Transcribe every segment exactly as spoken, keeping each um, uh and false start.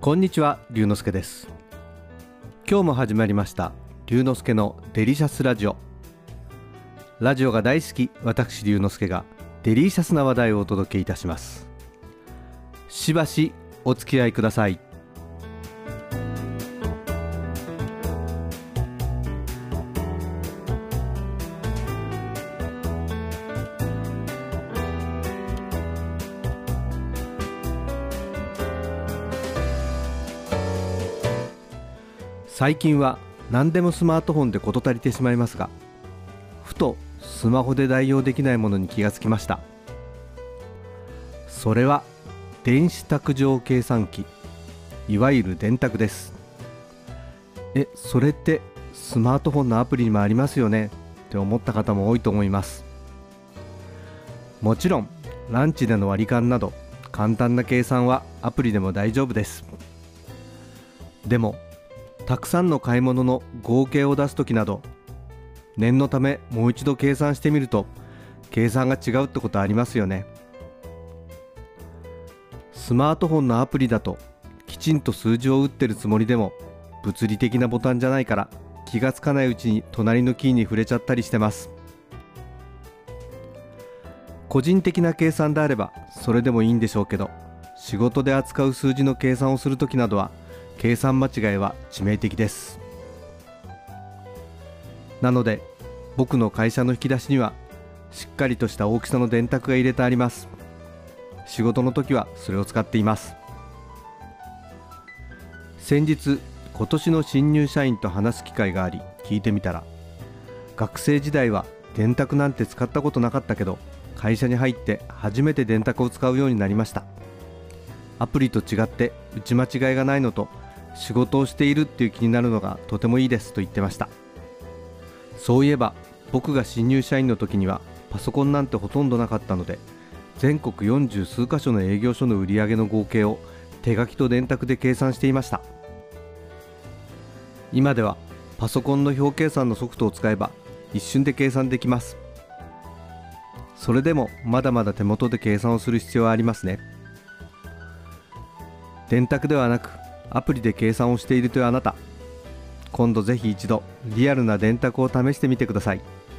こんにちは、龍之介です。今日も始まりました龍之介のデリシャスラジオ。ラジオが大好き私龍之介がデリシャスな話題をお届けいたします。しばしお付き合いください。最近は何でもスマートフォンで事足りてしまいますが、ふとスマホで代用できないものに気がつきました。それは電子卓上計算機、いわゆる電卓です。え、それってスマートフォンのアプリにもありますよねって思った方も多いと思います。もちろんランチでの割り勘など簡単な計算はアプリでも大丈夫です。でもたくさんの買い物の合計を出すときなど、念のためもう一度計算してみると計算が違うってことありますよね。スマートフォンのアプリだときちんと数字を打ってるつもりでも、物理的なボタンじゃないから気がつかないうちに隣のキーに触れちゃったりしてます。個人的な計算であればそれでもいいんでしょうけど、仕事で扱う数字の計算をするときなどは計算間違いは致命的です。なので僕の会社の引き出しにはしっかりとした大きさの電卓が入れてあります。仕事の時はそれを使っています。先日今年の新入社員と話す機会があり聞いてみたら、学生時代は電卓なんて使ったことなかったけど会社に入って初めて電卓を使うようになりました。アプリと違って打ち間違いがないのと、仕事をしているっていう気になるのがとてもいいですと言ってました。そういえば僕が新入社員の時にはパソコンなんてほとんどなかったので、全国よんじゅう数カ所の営業所の売り上げの合計を手書きと電卓で計算していました。今ではパソコンの表計算のソフトを使えば一瞬で計算できます。それでもまだまだ手元で計算をする必要はありますね。電卓ではなくアプリで計算をしているというあなた、今度ぜひ一度リアルな電卓を試してみてください。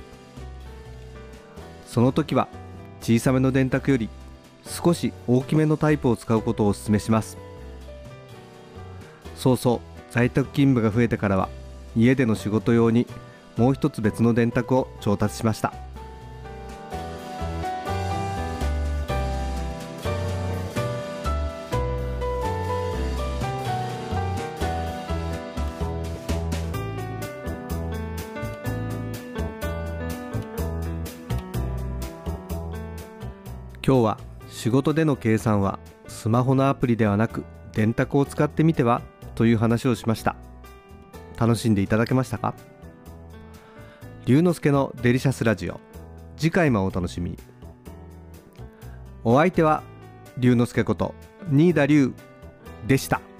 その時は小さめの電卓より少し大きめのタイプを使うことをお勧めします。そうそう、在宅勤務が増えてからは家での仕事用にもう一つ別の電卓を調達しました。今日は仕事での計算はスマホのアプリではなく電卓を使ってみてはという話をしました。楽しんでいただけましたか？龍之介のデリシャスラジオ、次回もお楽しみに。お相手は龍之介こと新田龍でした。